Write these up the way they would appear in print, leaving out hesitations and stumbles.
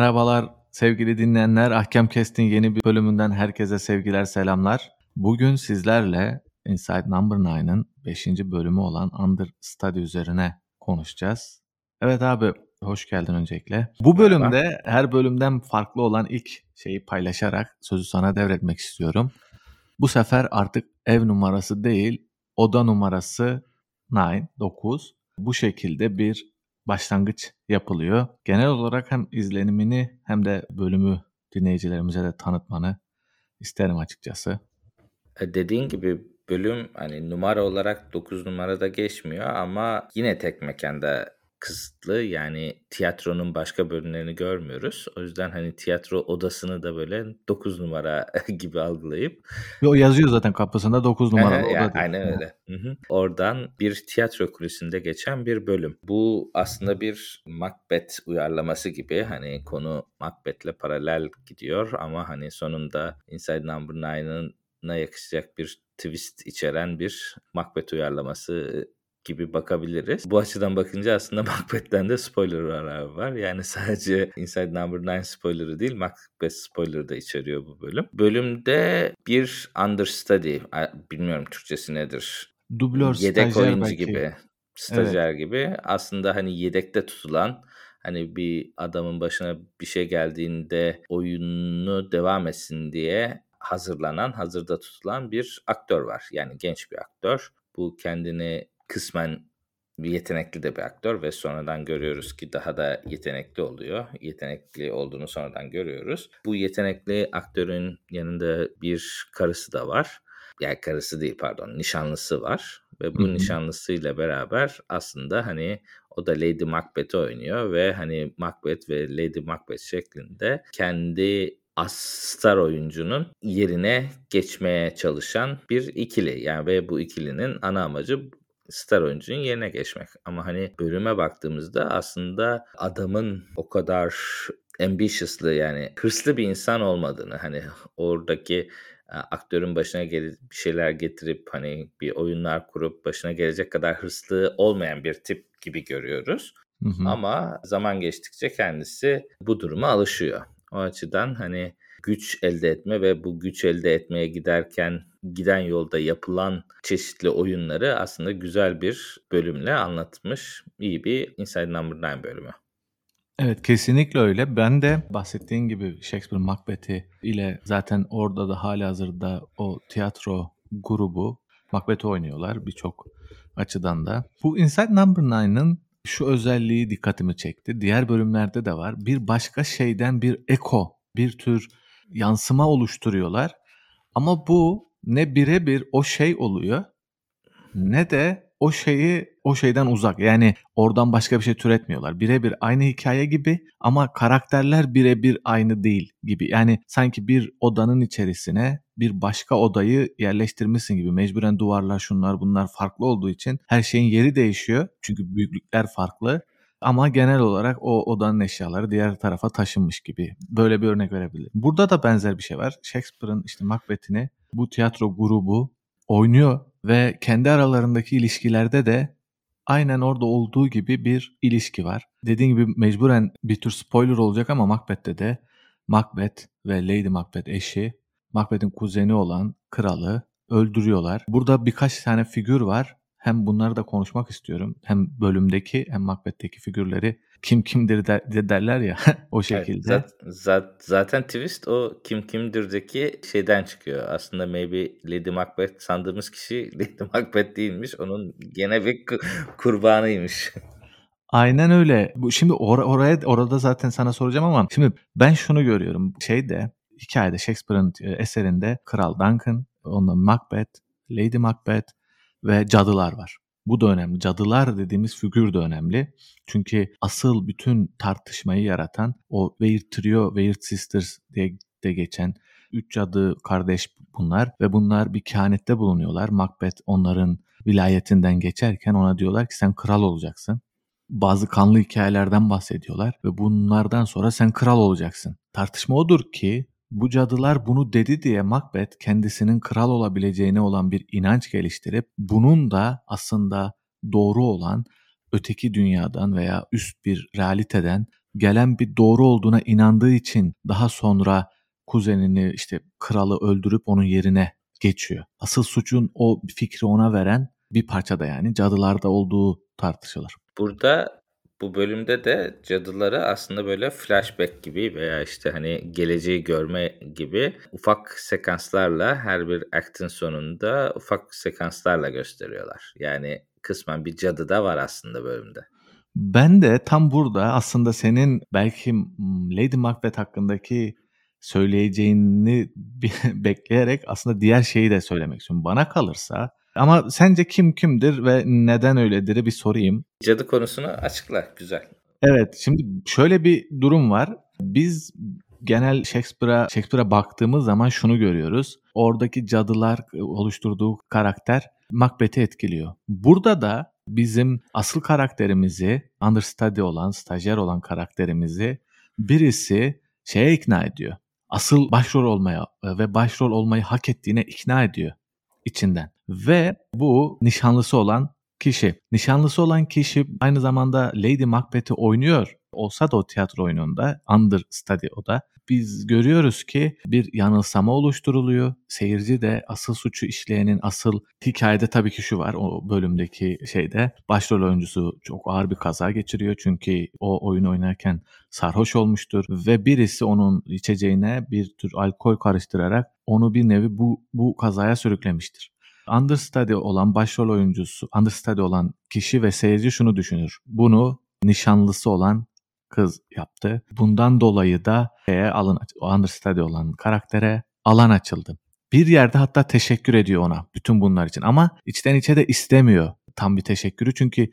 Merhabalar sevgili dinleyenler. Ahkam Cast'in yeni bir bölümünden herkese sevgiler, selamlar. Bugün sizlerle Inside Number 9'ın 5. bölümü olan Understudy üzerine konuşacağız. Evet abi, hoş geldin öncelikle. Bu Merhaba. bölümde her bölümden farklı olan ilk şeyi paylaşarak sözü sana devretmek istiyorum. Bu sefer artık ev numarası değil, oda numarası 9. Bu şekilde bir başlangıç yapılıyor. Genel olarak hem izlenimini hem de bölümü dinleyicilerimize de tanıtmanı isterim açıkçası. Dediğin gibi bölüm hani numara olarak 9 numarada geçmiyor ama yine tek mekanda kısıtlı. Yani tiyatronun başka bölümlerini görmüyoruz. O yüzden hani tiyatro odasını da böyle 9 numara gibi algılayıp O yazıyor zaten kapısında 9 numaralı ya oda diye. aynen öyle. Oradan bir tiyatro kulüsünde geçen bir bölüm. Bu aslında bir Macbeth uyarlaması gibi. Hani konu Macbeth'le paralel gidiyor ama hani sonunda Inside Number 9'ın yakışacak bir twist içeren bir Macbeth uyarlaması gibi bakabiliriz. Bu açıdan bakınca aslında Macbeth'ten de spoilerlar var. Yani sadece Inside Number 9 spoilerı değil, Macbeth spoilerı da içeriyor bu bölüm. Bölümde bir understudy, bilmiyorum Türkçesi nedir? Dublör, Yedek stajyer oyuncu belki. gibi, Evet. stajyer gibi. Aslında hani yedekte tutulan, hani bir adamın başına bir şey geldiğinde oyununu devam etsin diye hazırda tutulan bir aktör var. Yani genç bir aktör. Bu kendini kısmen yetenekli de bir aktör ve sonradan görüyoruz ki daha da yetenekli oluyor. Yetenekli olduğunu sonradan görüyoruz. Bu yetenekli aktörün yanında bir karısı da var. Yani karısı değil, pardon, nişanlısı var. Ve Hı bu hı. nişanlısıyla beraber aslında hani o da Lady Macbeth'i oynuyor ve hani Macbeth ve Lady Macbeth şeklinde kendi star oyuncunun yerine geçmeye çalışan bir ikili. Yani ve bu ikilinin ana amacı star oyuncunun yerine geçmek. Ama hani bölüme baktığımızda aslında adamın o kadar ambitious'lı, yani hırslı bir insan olmadığını, hani oradaki aktörün başına bir şeyler getirip hani bir oyunlar kurup başına gelecek kadar hırslı olmayan bir tip gibi görüyoruz. Hı hı. Ama zaman geçtikçe kendisi bu duruma alışıyor. O açıdan hani güç elde etme ve bu güç elde etmeye giden yolda yapılan çeşitli oyunları aslında güzel bir bölümle anlatmış. İyi bir Inside Number 9 bölümü. Evet, kesinlikle öyle. Ben de bahsettiğin gibi Shakespeare Macbeth'i ile zaten orada da halihazırda o tiyatro grubu Macbeth'i oynuyorlar birçok açıdan da. Bu Inside Number 9'ın şu özelliği dikkatimi çekti. Diğer bölümlerde de var. Bir başka şeyden bir eko, bir tür yansıma oluşturuyorlar. Ama bu ne birebir o şey oluyor ne de o şeyden uzak. Yani oradan başka bir şey türetmiyorlar. Birebir aynı hikaye gibi ama karakterler birebir aynı değil gibi. Yani sanki bir odanın içerisine bir başka odayı yerleştirmişsin gibi. Mecburen duvarlar, şunlar bunlar farklı olduğu için her şeyin yeri değişiyor. Çünkü büyüklükler farklı. Ama genel olarak o odanın eşyaları diğer tarafa taşınmış gibi. Böyle bir örnek verebilirim. Burada da benzer bir şey var. Shakespeare'ın işte Macbeth'ini bu tiyatro grubu oynuyor ve kendi aralarındaki ilişkilerde de aynen orada olduğu gibi bir ilişki var. Dediğim gibi mecburen bir tür spoiler olacak ama Macbeth'te de Macbeth ve Lady Macbeth eşi, Macbeth'in kuzeni olan kralı öldürüyorlar. Burada birkaç tane figür var. Hem bunları da konuşmak istiyorum. Hem bölümdeki hem Macbeth'teki figürleri kim kimdir derler ya o Evet, şekilde. zaten twist o kim kimdir'deki şeyden çıkıyor. Aslında maybe Lady Macbeth sandığımız kişi Lady Macbeth değilmiş. Onun gene bir kurbanıymış. Aynen öyle. Bu şimdi orada zaten sana soracağım ama şimdi ben şunu görüyorum. Hikayede Shakespeare'ın eserinde Kral Duncan, ondan Macbeth, Lady Macbeth ve cadılar var. Bu da önemli. Cadılar dediğimiz figür de önemli. Çünkü asıl bütün tartışmayı yaratan o Weird Trio, Weird Sisters diye de geçen 3 cadı kardeş bunlar ve bunlar bir kehanette bulunuyorlar. Macbeth onların vilayetinden geçerken ona diyorlar ki sen kral olacaksın. Bazı kanlı hikayelerden bahsediyorlar ve bunlardan sonra sen kral olacaksın. Tartışma odur ki bu cadılar bunu dedi diye Macbeth kendisinin kral olabileceğine olan bir inanç geliştirip bunun da aslında doğru olan öteki dünyadan veya üst bir realiteden gelen bir doğru olduğuna inandığı için daha sonra kuzenini, işte kralı öldürüp onun yerine geçiyor. Asıl suçun o fikri ona veren bir parça da yani cadılarda olduğu tartışılır. Burada bu bölümde de cadıları aslında böyle flashback gibi veya, işte, hani, geleceği görme gibi ufak sekanslarla her bir act'in sonunda ufak sekanslarla gösteriyorlar. Yani kısmen bir cadı da var aslında bölümde. Ben de tam burada aslında senin belki, Lady Macbeth hakkındaki söyleyeceğini bekleyerek aslında diğer şeyi de söylemek istiyorum. Bana kalırsa ama sence kim kimdir ve neden öyledir'i bir sorayım. Cadı konusunu açıkla, güzel. Evet, şimdi şöyle bir durum var. Biz genel Shakespeare'a baktığımız zaman şunu görüyoruz. Oradaki cadılar oluşturduğu karakter Macbeth'i etkiliyor. Burada da bizim asıl karakterimizi, understudy olan, stajyer olan karakterimizi birisi şeye ikna ediyor. Asıl başrol olmaya ve başrol olmayı hak ettiğine ikna ediyor içinden. Ve bu nişanlısı olan kişi. Nişanlısı olan kişi aynı zamanda Lady Macbeth'i oynuyor olsa da o tiyatro oyununda, understudy o da. Biz görüyoruz ki bir yanılsama oluşturuluyor. Seyirci de asıl suçu işleyenin asıl hikayede tabii ki şu var o bölümdeki şeyde. Başrol oyuncusu çok ağır bir kaza geçiriyor çünkü o oyun oynarken sarhoş olmuştur ve birisi onun içeceğine bir tür alkol karıştırarak onu bir nevi bu kazaya sürüklemiştir. Understudy olan kişi ve seyirci şunu düşünür. Bunu nişanlısı olan kız yaptı. Bundan dolayı da o understudy olan karaktere alan açıldı. Bir yerde hatta teşekkür ediyor ona bütün bunlar için ama içten içe de istemiyor tam bir teşekkürü çünkü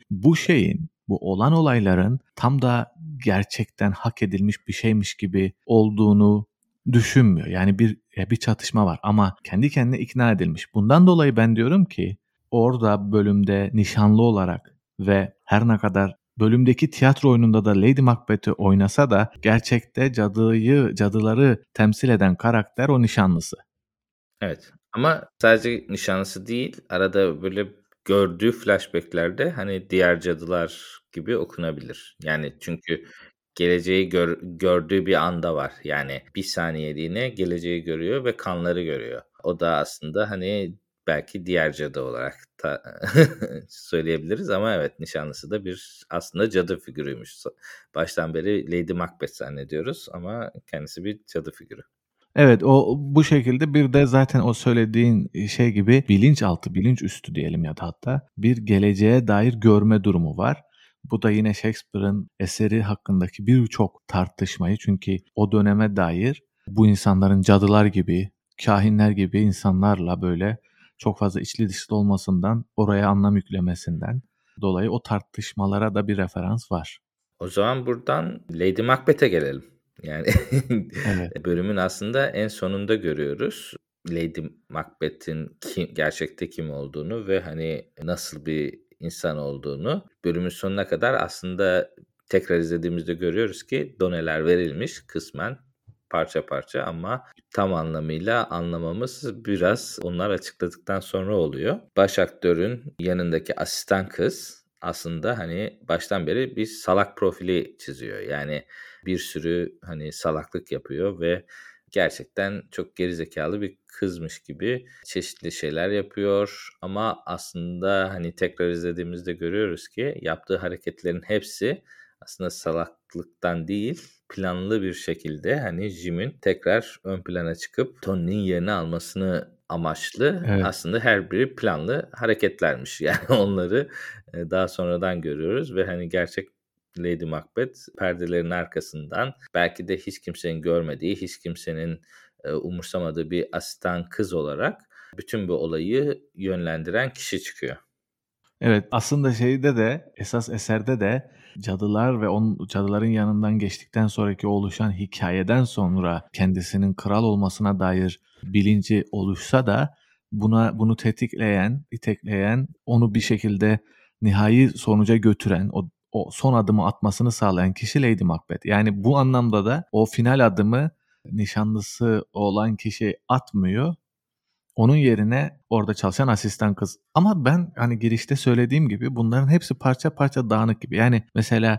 bu olan olayların tam da gerçekten hak edilmiş bir şeymiş gibi olduğunu düşünmüyor. Yani bir çatışma var ama kendi kendine ikna edilmiş. Bundan dolayı ben diyorum ki orada bölümde nişanlı olarak ve her ne kadar bölümdeki tiyatro oyununda da Lady Macbeth'i oynasa da gerçekte cadıları temsil eden karakter o nişanlısı. Evet ama sadece nişanlısı değil, arada böyle gördüğü flashback'lerde, hani, diğer cadılar gibi okunabilir. Yani çünkü geleceği gördüğü bir anda var. Yani bir saniyeliğine geleceği görüyor ve kanları görüyor. O da aslında, hani, belki diğer cadı olarak da söyleyebiliriz ama evet, nişanlısı da bir aslında cadı figürüymüş. Baştan beri Lady Macbeth zannediyoruz ama kendisi bir cadı figürü. Evet, bu şekilde bir de zaten o söylediğin şey gibi bilinçaltı, bilinçüstü diyelim ya da hatta bir geleceğe dair görme durumu var. Bu da yine Shakespeare'ın eseri hakkındaki birçok tartışmayı çünkü o döneme dair bu insanların cadılar gibi, kâhinler gibi insanlarla böyle çok fazla içli dışlı olmasından, oraya anlam yüklemesinden dolayı o tartışmalara da bir referans var. O zaman buradan Lady Macbeth'e gelelim. Yani Evet. bölümün aslında en sonunda görüyoruz Lady Macbeth'in gerçekte kim olduğunu ve, hani, nasıl bir insan olduğunu. Bölümün sonuna kadar aslında tekrar izlediğimizde görüyoruz ki doneler verilmiş kısmen, parça parça ama tam anlamıyla anlamamız biraz onlar açıkladıktan sonra oluyor. Baş aktörün yanındaki asistan kız aslında, hani, baştan beri bir salak profili çiziyor. Yani bir sürü, hani, salaklık yapıyor ve gerçekten çok gerizekalı bir kızmış gibi çeşitli şeyler yapıyor ama aslında, hani, tekrar izlediğimizde görüyoruz ki yaptığı hareketlerin hepsi aslında salaklıktan değil, planlı bir şekilde, hani, Jim'in tekrar ön plana çıkıp Tony'nin yerini almasını amaçlı Evet. aslında her biri planlı hareketlermiş. Yani onları, daha sonradan görüyoruz ve, hani, gerçek Lady Macbeth perdelerin arkasından belki de hiç kimsenin görmediği, hiç kimsenin, umursamadığı bir asistan kız olarak bütün bu olayı yönlendiren kişi çıkıyor. Evet, aslında esas eserde de cadılar ve cadıların yanından geçtikten sonraki oluşan hikâyeden sonra kendisinin kral olmasına dair bilinci oluşsa da bunu itekleyen, onu bir şekilde nihai sonuca götüren, o son adımı atmasını sağlayan kişi Lady Macbeth. Yani bu anlamda da o final adımı nişanlısı olan kişi atmıyor. Onun yerine orada çalışan asistan kız. Ama ben, hani, girişte söylediğim gibi bunların hepsi parça parça dağınık gibi. Yani mesela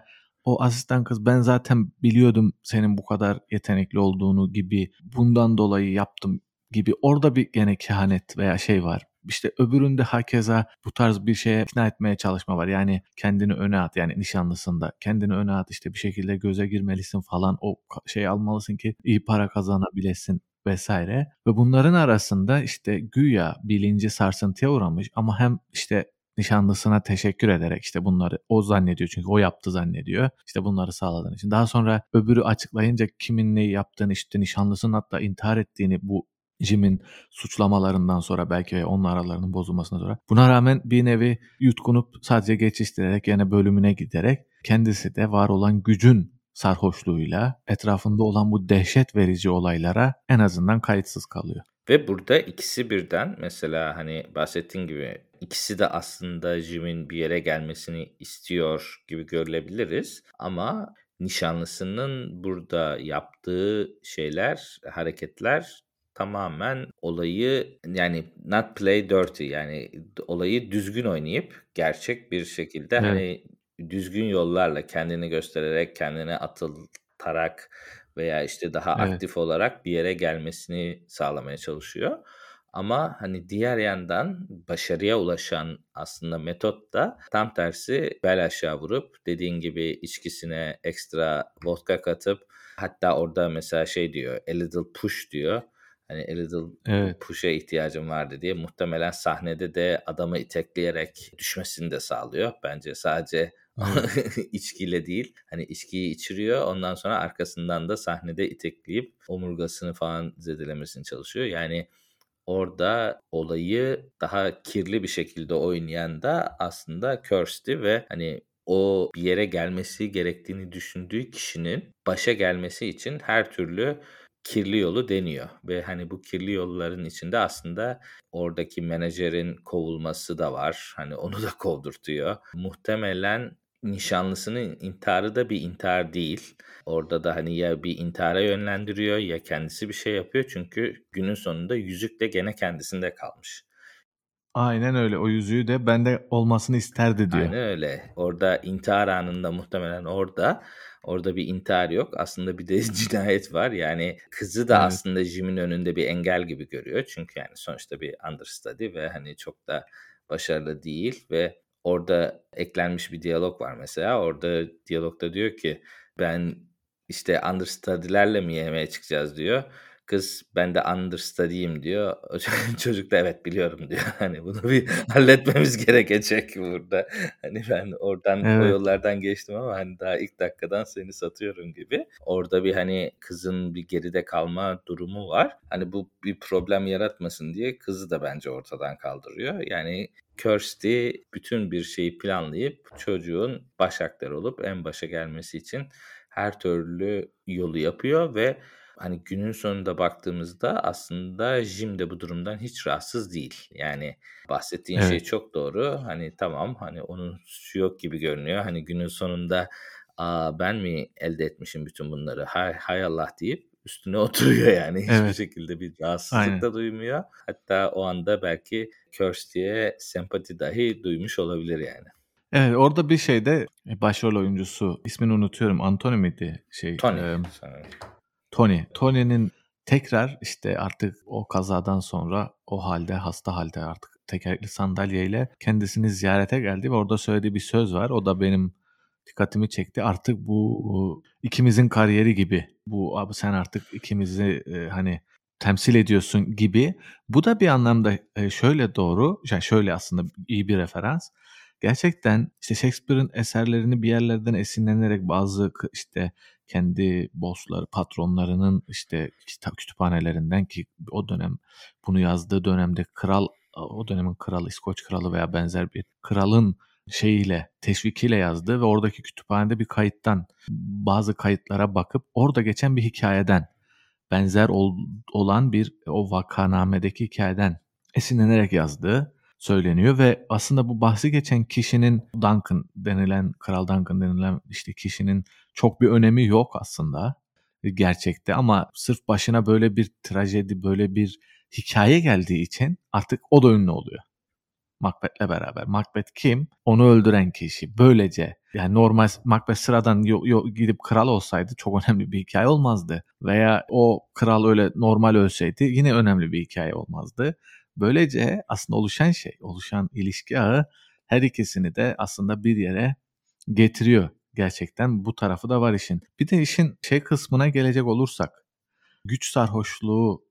o asistan kız ben zaten biliyordum senin bu kadar yetenekli olduğunu gibi, bundan dolayı yaptım gibi, orada bir gene kehanet veya şey var. İşte öbüründe hakeza bu tarz bir şeye ikna etmeye çalışma var. Yani kendini öne at, yani nişanlısında kendini öne at, işte bir şekilde göze girmelisin falan, o şey almalısın ki iyi para kazanabilesin vesaire. Ve bunların arasında işte güya bilinci sarsıntıya uğramış ama hem işte nişanlısına teşekkür ederek, işte bunları o zannediyor çünkü o yaptı zannediyor, İşte bunları sağladığın için. Daha sonra öbürü açıklayınca kimin neyi yaptığını, işte nişanlısının hatta intihar ettiğini, bu Jim'in suçlamalarından sonra belki ve onun aralarının bozulmasına sonra. Buna rağmen bir nevi yutkunup sadece geçiştirerek, yani bölümüne giderek kendisi de var olan gücün sarhoşluğuyla etrafında olan bu dehşet verici olaylara en azından kayıtsız kalıyor. Ve burada ikisi birden mesela, hani, bahsettiğin gibi ikisi de aslında Jim'in bir yere gelmesini istiyor gibi görülebiliriz ama nişanlısının burada yaptığı şeyler, hareketler tamamen olayı, yani, not play dirty, yani, olayı düzgün oynayıp gerçek bir şekilde, Evet, hani, düzgün yollarla kendini göstererek, kendine atıltarak veya, işte, daha evet, aktif olarak bir yere gelmesini sağlamaya çalışıyor. Ama, hani, diğer yandan başarıya ulaşan aslında metot da tam tersi bel aşağı vurup dediğin gibi içkisine ekstra vodka katıp hatta orada mesela şey diyor, "A little push." diyor. Hani, "A little evet. push'a ihtiyacım vardı." diye. Muhtemelen sahnede de adamı itekleyerek düşmesini de sağlıyor. Bence sadece Evet. içkiyle değil, hani, içkiyi içiriyor, ondan sonra arkasından da sahnede itekleyip omurgasını falan zedelemesini çalışıyor. Yani, orada olayı daha kirli bir şekilde oynayan da aslında Kirsty ve, hani, o bir yere gelmesi gerektiğini düşündüğü kişinin başa gelmesi için her türlü kirli yolu deniyor ve, hani, bu kirli yolların içinde aslında oradaki menajerin kovulması da var. Hani, onu da kovdurtuyor. Muhtemelen nişanlısının intiharı da bir intihar değil. Orada da, hani, ya bir intihara yönlendiriyor ya kendisi bir şey yapıyor çünkü günün sonunda yüzük de gene kendisinde kalmış. Aynen öyle. O yüzüğü de bende olmasını isterdi diyor. Aynen öyle. Orada intihar anında muhtemelen orada bir intihar yok. Aslında bir de cinayet var. Yani kızı da Evet, aslında Jim'in önünde bir engel gibi görüyor. Çünkü yani sonuçta bir understudy ve hani çok da başarılı değil ve orada eklenmiş bir diyalog var mesela. Orada diyalogda diyor ki ben işte understudy'lerle mi yemeğe çıkacağız diyor. Kız ben de understudy'yim diyor. O çocuk da evet biliyorum diyor. Hani bunu bir halletmemiz gerekecek burada. Hani ben o evet, yollardan geçtim ama hani daha ilk dakikadan seni satıyorum gibi. Orada bir hani kızın bir geride kalma durumu var. Hani bu bir problem yaratmasın diye kızı da bence ortadan kaldırıyor. Yani Kirsty bütün bir şeyi planlayıp çocuğun baş aktörü olup en başa gelmesi için her türlü yolu yapıyor ve hani günün sonunda baktığımızda aslında Jim de bu durumdan hiç rahatsız değil. Yani bahsettiğin şey evet. çok doğru. Hani tamam, hani onun suçu yok gibi görünüyor. Hani günün sonunda, ben mi elde etmişim bütün bunları? Hay Allah deyip üstüne oturuyor yani. Hiçbir Evet, şekilde bir rahatsızlık aynen. da duymuyor. Hatta o anda belki Kirsty'ye sempati dahi duymuş olabilir yani. Evet, orada bir şeyde başrol oyuncusu, ismini unutuyorum, Anthony miydi? Tony sanırım. Tony. Tony'nin tekrar işte artık o kazadan sonra o halde, hasta halde, artık tekerlekli sandalyeyle kendisini ziyarete geldi ve orada söylediği bir söz var. O da benim dikkatimi çekti. Artık bu ikimizin kariyeri gibi. Bu abi sen artık ikimizi hani temsil ediyorsun gibi. Bu da bir anlamda şöyle doğru. Yani şöyle aslında iyi bir referans. Gerçekten işte Shakespeare'in eserlerini bir yerlerden esinlenerek bazı işte kendi boss'ları, patronlarının işte kütüphanelerinden, ki o dönem bunu yazdığı dönemde kral, o dönemin kralı, İskoç kralı veya benzer bir kralın şeyiyle, teşvikiyle yazdığı ve oradaki kütüphanede bir kayıttan, bazı kayıtlara bakıp orada geçen bir hikayeden, benzer olan bir o vakanamedeki hikayeden esinlenerek yazdığı söyleniyor ve aslında bu bahsi geçen kişinin, Duncan denilen, Kral Duncan denilen işte kişinin çok bir önemi yok aslında gerçekte, ama sırf başına böyle bir trajedi, böyle bir hikaye geldiği için artık o da ünlü oluyor. Macbeth'le beraber. Macbeth kim? Onu öldüren kişi. Böylece yani normal Macbeth sıradan gidip kral olsaydı çok önemli bir hikaye olmazdı. Veya o kral öyle normal ölseydi yine önemli bir hikaye olmazdı. Böylece aslında oluşan ilişki ağı her ikisini de aslında bir yere getiriyor. Gerçekten bu tarafı da var işin. Bir de işin kısmına gelecek olursak, güç sarhoşluğu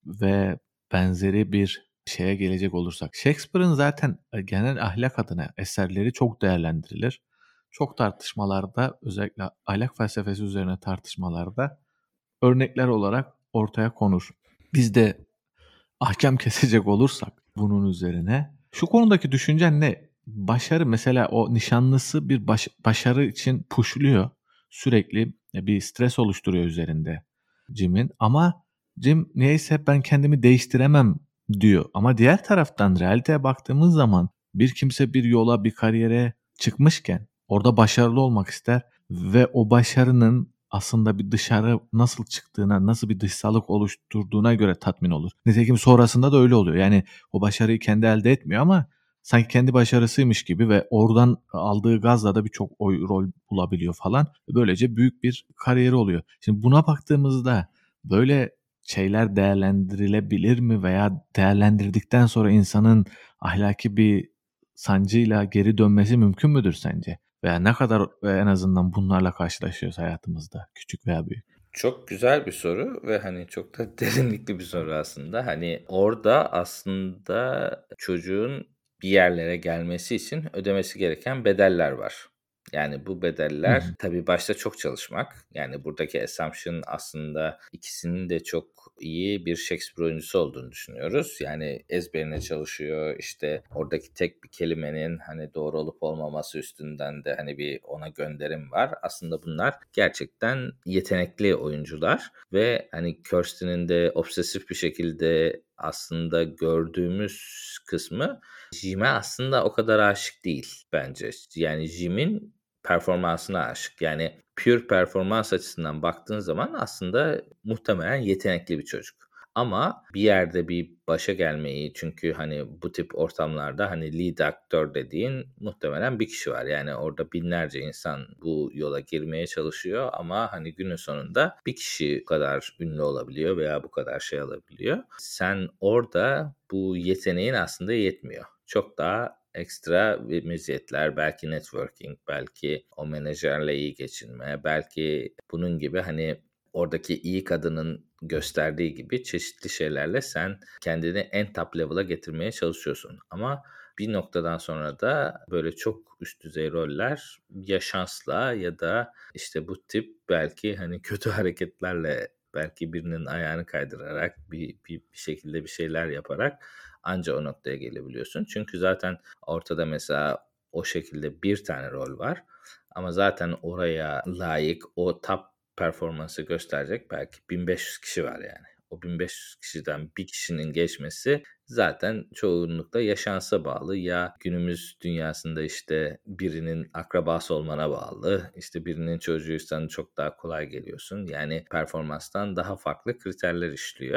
ve benzeri bir şeye gelecek olursak, Shakespeare'ın zaten genel ahlak adına eserleri çok değerlendirilir. Çok tartışmalarda, özellikle ahlak felsefesi üzerine tartışmalarda örnekler olarak ortaya konur. Biz de ahkam kesecek olursak bunun üzerine, şu konudaki düşüncen ne? Başarı mesela, o nişanlısı bir başarı için pushluyor. Sürekli bir stres oluşturuyor üzerinde Jim'in, ama Jim niyeyse ben kendimi değiştiremem diyor. Ama diğer taraftan realiteye baktığımız zaman bir kimse bir yola, bir kariyere çıkmışken orada başarılı olmak ister ve o başarının aslında bir dışarı nasıl çıktığına, nasıl bir dışsallık oluşturduğuna göre tatmin olur. Nitekim sonrasında da öyle oluyor. Yani o başarıyı kendi elde etmiyor ama sanki kendi başarısıymış gibi ve oradan aldığı gazla da birçok rol bulabiliyor falan. Böylece büyük bir kariyeri oluyor. Şimdi buna baktığımızda böyle şeyler değerlendirilebilir mi, veya değerlendirdikten sonra insanın ahlaki bir sancıyla geri dönmesi mümkün müdür sence? Veya ne kadar en azından bunlarla karşılaşıyoruz hayatımızda, küçük veya büyük? Çok güzel bir soru ve hani çok da derinlikli bir soru aslında. Hani orada aslında çocuğun bir yerlere gelmesi için ödemesi gereken bedeller var. Yani bu Hı bedeller hı. tabii başta çok çalışmak. Yani buradaki assumption aslında ikisinin de çok iyi bir Shakespeare oyuncusu olduğunu düşünüyoruz. Yani ezberine çalışıyor. İşte oradaki tek bir kelimenin hani doğru olup olmaması üstünden de hani bir ona gönderim var. Aslında bunlar gerçekten yetenekli oyuncular ve hani Kirsten'in de obsesif bir şekilde aslında gördüğümüz kısmı, Jim'e aslında o kadar aşık değil bence. Yani Jim'in performansına aşık. Yani pure performans açısından baktığın zaman aslında muhtemelen yetenekli bir çocuk. Ama bir yerde bir başa gelmeyi, çünkü hani bu tip ortamlarda hani lead aktör dediğin muhtemelen bir kişi var. Yani orada binlerce insan bu yola girmeye çalışıyor ama hani günün sonunda bir kişi bu kadar ünlü olabiliyor veya bu kadar şey alabiliyor. Sen orada bu yeteneğin aslında yetmiyor. Çok daha ekstra meziyetler, belki networking, belki o menajerle iyi geçinme, belki bunun gibi hani oradaki iyi kadının gösterdiği gibi çeşitli şeylerle sen kendini en top level'a getirmeye çalışıyorsun. Ama bir noktadan sonra da böyle çok üst düzey roller ya şansla ya da işte bu tip belki hani kötü hareketlerle, belki birinin ayağını kaydırarak bir şekilde bir şeyler yaparak anca o noktaya gelebiliyorsun. Çünkü zaten ortada mesela o şekilde bir tane rol var. Ama zaten oraya layık o top performansı gösterecek belki 1500 kişi var yani. O 1500 kişiden bir kişinin geçmesi zaten çoğunlukla ya şansa bağlı ya günümüz dünyasında işte birinin akrabası olmana bağlı. İşte birinin çocuğuysan çok daha kolay geliyorsun. Yani performanstan daha farklı kriterler işliyor.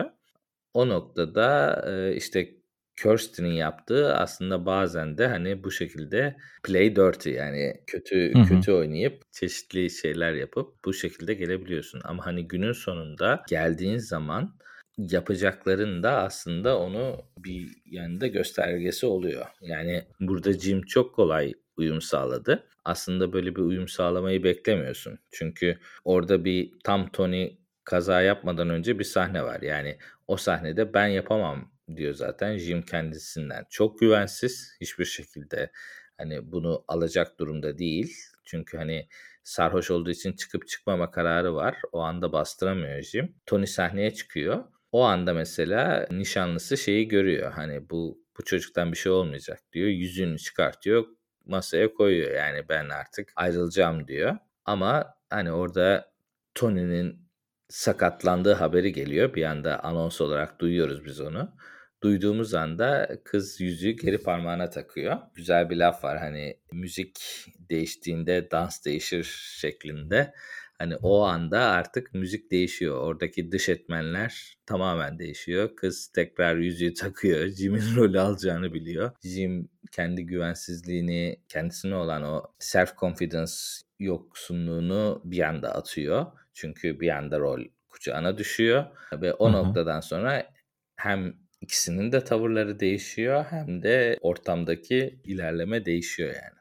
O noktada, işte Kirsten'in yaptığı aslında bazen de hani bu şekilde play dirty, yani Hı kötü hı. kötü oynayıp çeşitli şeyler yapıp bu şekilde gelebiliyorsun. Ama hani günün sonunda geldiğin zaman yapacakların da aslında onu bir yönde göstergesi oluyor. Yani burada Jim çok kolay uyum sağladı. Aslında böyle bir uyum sağlamayı beklemiyorsun. Çünkü orada bir tam Tony kaza yapmadan önce bir sahne var. Yani o sahnede ben yapamam diyor zaten. Jim kendisinden çok güvensiz. Hiçbir şekilde hani bunu alacak durumda değil. Çünkü hani sarhoş olduğu için çıkıp çıkmama kararı var. O anda bastıramıyor Jim. Tony sahneye çıkıyor. O anda mesela nişanlısı şeyi görüyor. Hani bu çocuktan bir şey olmayacak diyor. Yüzüğünü çıkartıyor, masaya koyuyor. Yani ben artık ayrılacağım diyor. Ama hani orada Tony'nin sakatlandığı haberi geliyor. Bir anda anons olarak duyuyoruz biz onu. Duyduğumuz anda kız yüzüğü geri parmağına takıyor. Güzel bir laf var, hani müzik değiştiğinde dans değişir şeklinde. Hani, o anda artık müzik değişiyor. Oradaki dış etmenler tamamen değişiyor. Kız tekrar yüzüğü takıyor. Jim'in rolü alacağını biliyor. Jim kendi güvensizliğini, kendisine olan o self confidence yoksunluğunu bir anda atıyor. Çünkü bir anda rol kucağına düşüyor ve Hı o hı. noktadan sonra hem ikisinin de tavırları değişiyor hem de ortamdaki ilerleme değişiyor yani.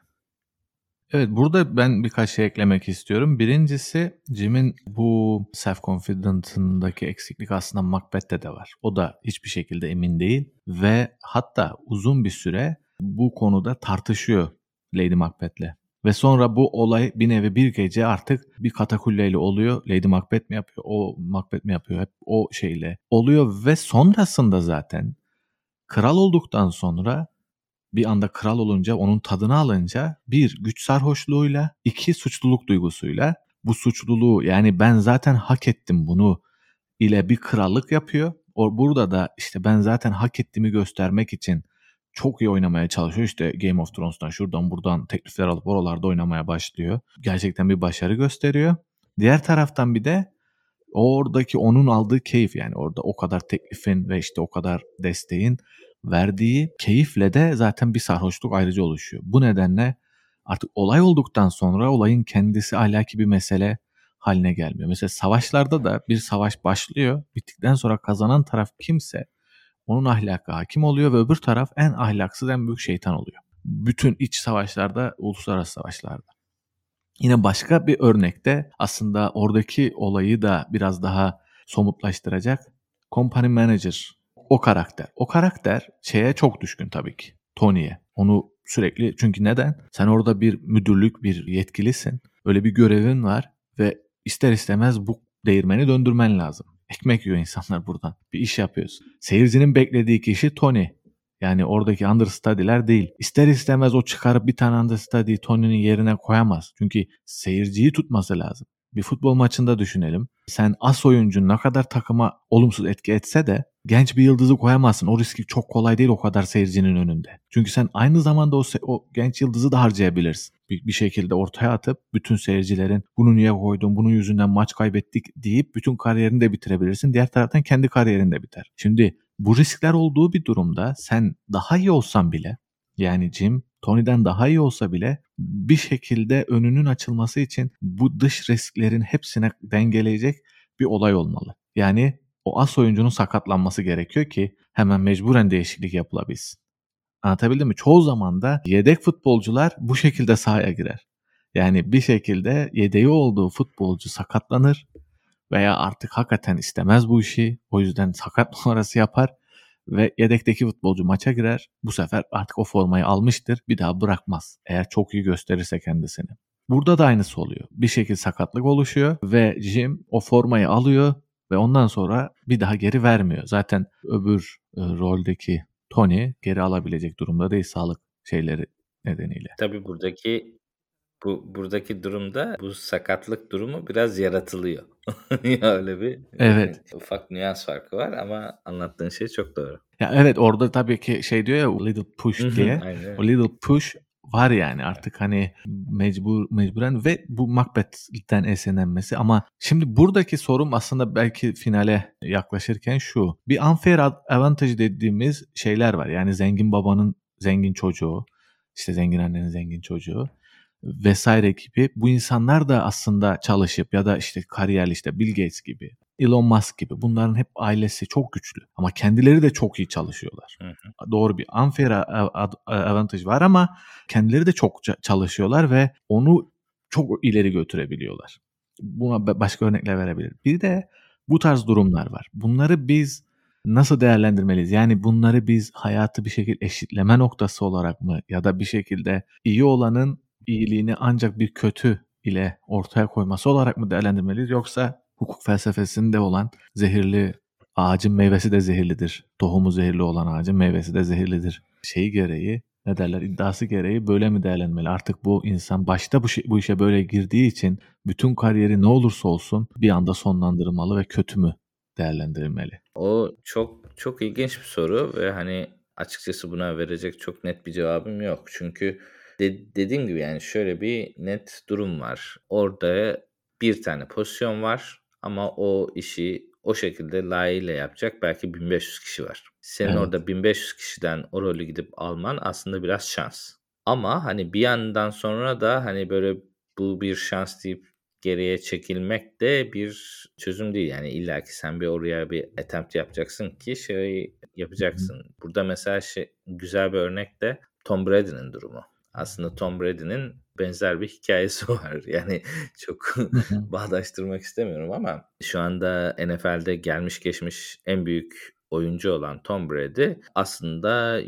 Evet, burada ben birkaç şey eklemek istiyorum. Birincisi Jim'in bu self-confident'ındaki eksiklik aslında Macbeth'te de var. O da hiçbir şekilde emin değil ve hatta uzun bir süre bu konuda tartışıyor Lady Macbeth'le. Ve sonra bu olay bir nevi bir gece artık bir katakulleyle oluyor. Lady Macbeth mi yapıyor, o Macbeth mi yapıyor? Hep o şeyle oluyor ve sonrasında zaten kral olduktan sonra bir anda kral olunca, onun tadını alınca bir güç sarhoşluğuyla, 2 suçluluk duygusuyla bu suçluluğu yani ben zaten hak ettim bunu ile bir krallık yapıyor. Burada da işte ben zaten hak ettiğimi göstermek için çok iyi oynamaya çalışıyor. İşte Game of Thrones'tan şuradan buradan teklifler alıp oralarda oynamaya başlıyor. Gerçekten bir başarı gösteriyor. Diğer taraftan bir de oradaki onun aldığı keyif yani orada o kadar teklifin ve işte o kadar desteğin verdiği keyifle de zaten bir sarhoşluk ayrıca oluşuyor. Bu nedenle artık olay olduktan sonra olayın kendisi ahlaki bir mesele haline gelmiyor. Mesela savaşlarda da bir savaş başlıyor. Bittikten sonra kazanan taraf kimse onun ahlakı hakim oluyor ve öbür taraf en ahlaksız en büyük şeytan oluyor. Bütün iç savaşlarda, uluslararası savaşlarda. Yine başka bir örnekte aslında oradaki olayı da biraz daha somutlaştıracak company manager o karakter. O karakter şeye çok düşkün tabii ki. Tony'ye. Onu sürekli çünkü neden? Sen orada bir müdürlük, bir yetkilisin. Öyle bir görevin var ve ister istemez bu değirmeni döndürmen lazım. Ekmek yiyor insanlar buradan. Bir iş yapıyorsun. Seyircinin beklediği kişi Tony. Yani oradaki understudy'ler değil. İster istemez o çıkarıp bir tane understudy'yi Tony'nin yerine koyamaz. Çünkü seyirciyi tutması lazım. Bir futbol maçında düşünelim. Sen as oyuncun ne kadar takıma olumsuz etki etse de genç bir yıldızı koyamazsın. O riski çok kolay değil o kadar seyircinin önünde. Çünkü sen aynı zamanda o genç yıldızı da harcayabilirsin. Bir şekilde ortaya atıp bütün seyircilerin bunu niye koydun, bunun yüzünden maç kaybettik deyip bütün kariyerini de bitirebilirsin. Diğer taraftan kendi kariyerin de biter. Şimdi bu riskler olduğu bir durumda sen daha iyi olsan bile yani Jim Tony'den daha iyi olsa bile bir şekilde önünün açılması için bu dış risklerin hepsine dengeleyecek bir olay olmalı. Yani o as oyuncunun sakatlanması gerekiyor ki hemen mecburen değişiklik yapılabilsin. Anlatabildim mi? Çoğu zaman da yedek futbolcular bu şekilde sahaya girer. Yani bir şekilde yedeği olduğu futbolcu sakatlanır veya artık hakikaten istemez bu işi. O yüzden sakat numarası yapar ve yedekteki futbolcu maça girer. Bu sefer artık o formayı almıştır. Bir daha bırakmaz. Eğer çok iyi gösterirse kendisini. Burada da aynısı oluyor. Bir şekilde sakatlık oluşuyor ve Jim o formayı alıyor ve ondan sonra bir daha geri vermiyor. Zaten öbür roldeki Tony geri alabilecek durumda değil sağlık şeyleri nedeniyle. Tabii buradaki durumda bu sakatlık durumu biraz yaratılıyor. Öyle bir Evet. ufak nüans farkı var ama anlattığın şey çok doğru. Ya, evet, orada tabii ki şey diyor ya "little push" diye. Aynen O öyle. little push var yani artık hani mecburen ve bu Macbeth'ten esinlenmesi ama şimdi buradaki sorum aslında belki finale yaklaşırken şu. Bir unfair advantage dediğimiz şeyler var. Yani zengin babanın zengin çocuğu, işte zengin annenin zengin çocuğu vesaire gibi bu insanlar da aslında çalışıp ya da işte kariyerli işte Bill Gates gibi, Elon Musk gibi bunların hep ailesi çok güçlü ama kendileri de çok iyi çalışıyorlar. Hı hı. Doğru bir unfair advantage var ama kendileri de çok çalışıyorlar ve onu çok ileri götürebiliyorlar. Buna başka örnekler verebilirim. Bir de bu tarz durumlar var. Bunları biz nasıl değerlendirmeliyiz? Yani bunları biz hayatı bir şekilde eşitleme noktası olarak mı ya da bir şekilde iyi olanın iyiliğini ancak bir kötü ile ortaya koyması olarak mı değerlendirmeliyiz yoksa hukuk felsefesinde olan zehirli ağacın meyvesi de zehirlidir. Tohumu zehirli olan ağacın meyvesi de zehirlidir. Şeyi gereği ne derler iddiası gereği böyle mi değerlenmeli? Artık bu insan başta bu işe böyle girdiği için bütün kariyeri ne olursa olsun bir anda sonlandırılmalı ve kötü mü değerlendirilmeli? O çok çok ilginç bir soru ve, hani, açıkçası buna verecek çok net bir cevabım yok. Çünkü dediğim gibi, yani, şöyle bir net durum var. Orada bir tane pozisyon var ama o işi o şekilde layığıyla yapacak belki 1.500 kişi var. Senin Evet. orada 1.500 kişiden o rolü gidip alman aslında biraz şans. Ama, hani, bir yandan sonra da, hani, böyle, bu bir şans deyip geriye çekilmek de bir çözüm değil. Yani illaki sen bir oraya bir attempt yapacaksın ki Hı hı. yapacaksın. Burada mesela güzel bir örnek de Tom Brady'nin durumu. Aslında Tom Brady'nin benzer bir hikâyesi var. Yani çok Hı hı. bağdaştırmak istemiyorum ama şu anda NFL'de gelmiş geçmiş en büyük oyuncu olan Tom Brady aslında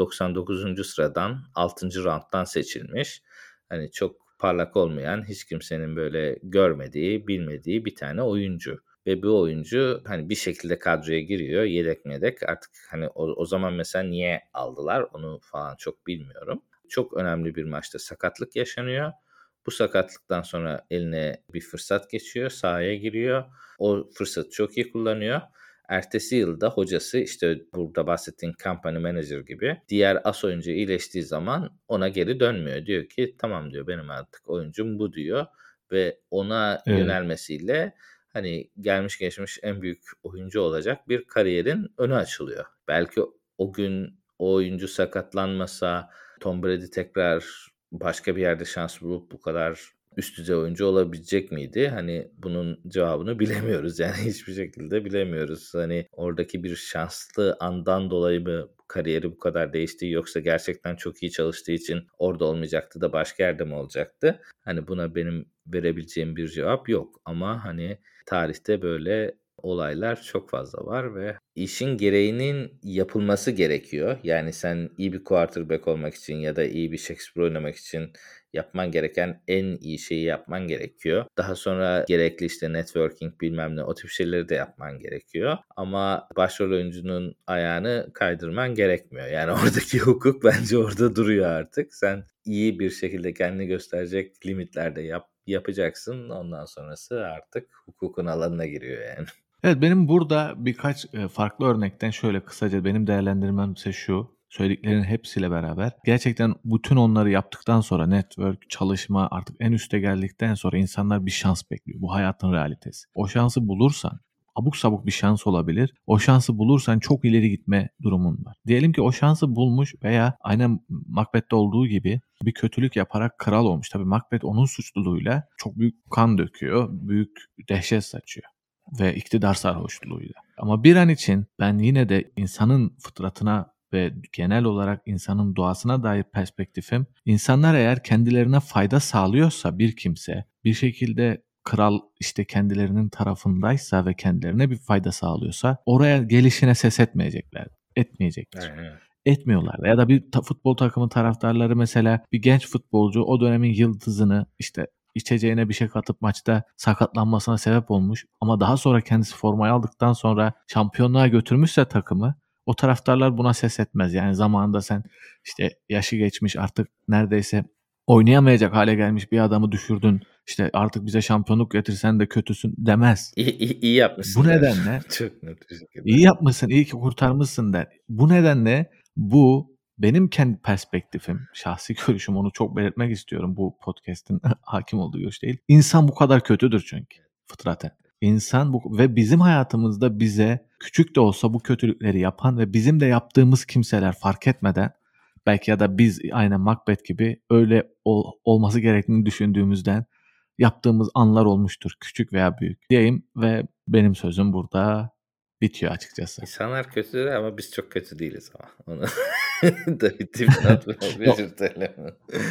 199. sıradan 6. raund'dan seçilmiş. Hani çok parlak olmayan, hiç kimsenin böyle görmediği, bilmediği bir tane oyuncu ve bu oyuncu, hani, bir şekilde kadroya giriyor, yedek medek. Artık, hani, o zaman mesela niye aldılar onu falan çok bilmiyorum. Çok önemli bir maçta sakatlık yaşanıyor. Bu sakatlıktan sonra eline bir fırsat geçiyor, sahaya giriyor. O fırsatı çok iyi kullanıyor. Ertesi yılda hocası, işte, burada bahsettiğin company manager gibi diğer as oyuncu iyileştiği zaman ona geri dönmüyor. Diyor ki, "Tamam." diyor, "Benim artık oyuncum bu." diyor ve ona Evet. yönelmesiyle, hani, gelmiş geçmiş en büyük oyuncu olacak bir kariyerin önü açılıyor. Belki o gün o oyuncu sakatlanmasa Tom Brady tekrar başka bir yerde şans bulup bu kadar üst düzey oyuncu olabilecek miydi? Hani, bunun cevabını bilemiyoruz. Yani, hiçbir şekilde bilemiyoruz. Hani, oradaki bir şanslı andan dolayı mı kariyeri bu kadar değişti yoksa gerçekten çok iyi çalıştığı için orada olmayacaktı da başka yerde mi olacaktı? Hani, buna benim verebileceğim bir cevap yok ama, hani, tarihte böyle olaylar çok fazla var ve işin gereğinin yapılması gerekiyor. Yani, sen iyi bir quarterback olmak için ya da iyi bir Shakespeare oynamak için yapman gereken en iyi şeyi yapman gerekiyor. Daha sonra gerekli, işte, networking bilmem ne o tip şeyleri de yapman gerekiyor ama başrol oyuncunun ayağını kaydırman gerekmiyor. Yani oradaki hukuk bence orada duruyor artık. Sen iyi bir şekilde kendini gösterecek limitlerde yapacaksın. Ondan sonrası artık hukukun alanına giriyor yani. Evet, benim burada birkaç, farklı örnekten şöyle kısaca benim değerlendirmemse şu, söylediklerin hepsiyle beraber gerçekten bütün onları yaptıktan sonra network, çalışma artık en üste geldikten sonra insanlar bir şans bekliyor. Bu hayatın realitesi. O şansı bulursan, abuk sabuk bir şans olabilir. O şansı bulursan çok ileri gitme durumun var. Diyelim ki o şansı bulmuş veya aynen Macbeth'te olduğu gibi bir kötülük yaparak kral olmuş. Tabii Macbeth onun suçluluğuyla çok büyük kan döküyor, büyük dehşet saçıyor ve iktidar sarhoşluğuyla. Ama bir an için ben yine de insanın fıtratına ve genel olarak insanın doğasına dair perspektifim, insanlar eğer kendilerine fayda sağlıyorsa bir kimse, bir şekilde kral işte kendilerinin tarafındaysa ve kendilerine bir fayda sağlıyorsa oraya gelişine ses etmeyecektir. Aynen öyle. Etmiyorlar ya da bir futbol takımı taraftarları mesela bir genç futbolcu o dönemin yıldızını işte içeceğine bir şey katıp maçta sakatlanmasına sebep olmuş ama daha sonra kendisi formayı aldıktan sonra şampiyonluğa götürmüşse takımı o taraftarlar buna ses etmez. Yani zamanında sen işte yaşı geçmiş artık neredeyse oynayamayacak hale gelmiş bir adamı düşürdün. İşte artık bize şampiyonluk getirsen de kötüsün demez. İyi Bu yapmışsın der. nedenle Çok net bir şekilde. İyi yapmışsın, iyi ki kurtarmışsın der. Bu nedenle bu benim kendi perspektifim, şahsi görüşüm onu çok belirtmek istiyorum. Bu podcast'in hakim olduğu görüş değil. İnsan bu kadar kötüdür çünkü fıtraten. İnsan bu ve bizim hayatımızda bize küçük de olsa bu kötülükleri yapan ve bizim de yaptığımız kimseler fark etmeden belki ya da biz aynen Macbeth gibi öyle olması gerektiğini düşündüğümüzden yaptığımız anlar olmuştur. Küçük veya büyük diyeyim ve benim sözüm burada bitiyor açıkçası. İnsanlar kötü ama biz çok kötü değiliz ama. Onu da bir dipnot O belirtelim.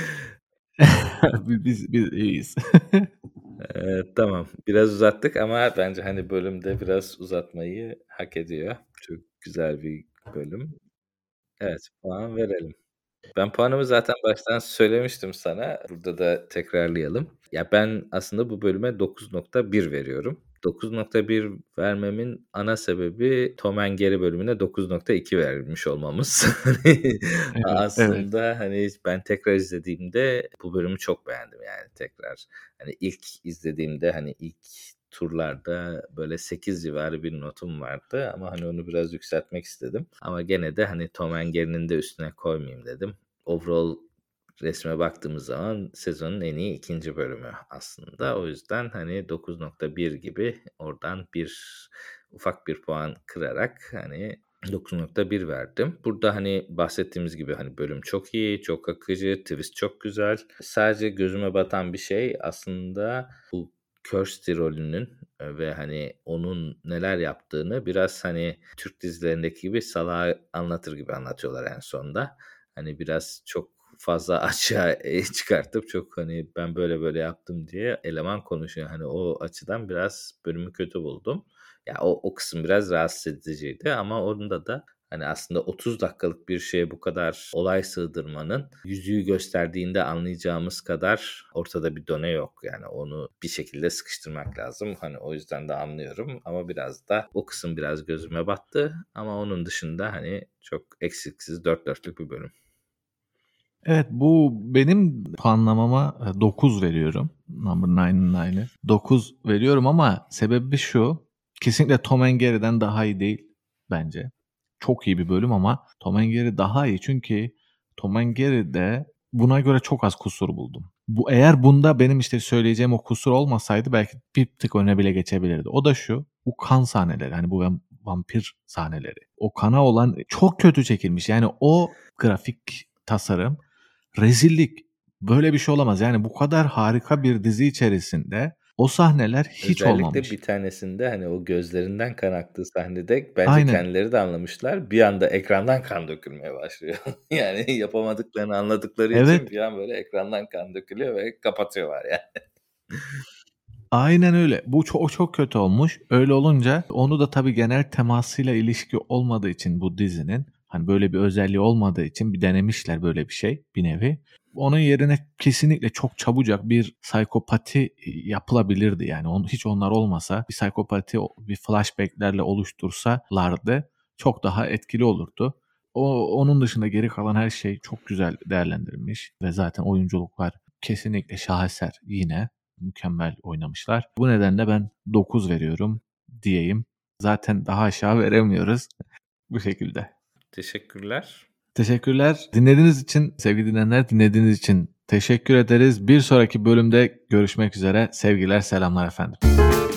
biz iyiyiz. Tamam. Biraz uzattık ama bence, hani, bölüm de biraz uzatmayı hak ediyor. Çok güzel bir bölüm. Evet, puan verelim. Ben puanımı zaten baştan söylemiştim sana. Burada da tekrarlayalım. Ya, ben aslında bu bölüme 9.1 veriyorum. 9.1 vermemin ana sebebi Tom and Jerry bölümüne 9.2 vermiş olmamız. Hani, Evet, evet. aslında, hani, ben tekrar izlediğimde bu bölümü çok beğendim, yani, tekrar. Hani, ilk izlediğimde, hani, ilk turlarda böyle 8 civarı bir notum vardı ama, hani, onu biraz yükseltmek istedim. Ama gene de, hani, Tom and Jerry'nin de üstüne koymayayım dedim. Overall resme baktığımız zaman sezonun en iyi 2. bölümü aslında. O yüzden, hani, 9.1 gibi oradan ufak bir puan kırarak, hani, 9.1 verdim. Burada, hani, bahsettiğimiz gibi, hani, bölüm çok iyi, çok akıcı, twist çok güzel. Sadece gözüme batan bir şey aslında bu Kirsty rolünün, ve, hani, onun neler yaptığını biraz, hani, Türk dizilerindeki gibi salağa anlatır gibi anlatıyorlar en sonunda. Hani, biraz çok fazla açığa, çıkartıp çok, hani, ben böyle böyle yaptım diye eleman konuşuyor. Hani, o açıdan biraz bölümü kötü buldum. Ya, o kısım biraz rahatsız ediciydi ama onda da, hani, aslında 30 dakikalık bir şeye bu kadar olay sığdırmanın yüzüğü gösterdiğinde anlayacağımız kadar ortada bir done yok. Yani onu bir şekilde sıkıştırmak lazım. Hani, o yüzden de anlıyorum ama biraz da o kısım biraz gözüme battı ama onun dışında, hani, çok eksiksiz dört dörtlük bir bölüm. Evet, bu benim puanlamama 9 veriyorum. Number Nine'ın aynı. 9 veriyorum ama sebebi şu: kesinlikle Tom and Jerry'den daha iyi değil bence. Çok iyi bir bölüm ama Tom and Jerry daha iyi çünkü Tom and Jerry'de buna göre çok az kusur buldum. Eğer bunda benim işte söyleyeceğim o kusur olmasaydı belki bir tık öne bile geçebilirdi. O da şu: bu kan sahneleri, hani bu vampir sahneleri. O kana olan çok kötü çekilmiş. Yani o grafik tasarım rezillik. Böyle bir şey olamaz. Yani bu kadar harika bir dizi içerisinde o sahneler hiç Özellikle olmamış. bir tanesinde, hani, o gözlerinden kan aktığı sahnede bence Aynen. kendileri de anlamışlar. Bir anda ekrandan kan dökülmeye başlıyor. Yani yapamadıklarını anladıkları için Evet. bir an böyle ekrandan kan dökülüyor ve kapatıyorlar yani. Aynen öyle. Bu çok kötü olmuş. Öyle olunca onu da tabii genel temasıyla ilişki olmadığı için bu dizinin, hani böyle bir özelliği olmadığı için bir denemişler böyle bir şey bir nevi. Onun yerine kesinlikle çok çabucak bir psikopati yapılabilirdi yani. Hiç onlar olmasa bir psikopati bir flashback'lerle oluştursalardı çok daha etkili olurdu. Onun dışında geri kalan her şey çok güzel değerlendirilmiş ve zaten oyunculuklar kesinlikle şaheser yine. Mükemmel oynamışlar. Bu nedenle ben 9 veriyorum diyeyim. Zaten daha aşağı veremiyoruz. Bu şekilde. Teşekkürler. Teşekkürler. Dinlediğiniz için, sevgili dinleyenler, dinlediğiniz için teşekkür ederiz. Bir sonraki bölümde görüşmek üzere. Sevgiler, selamlar efendim.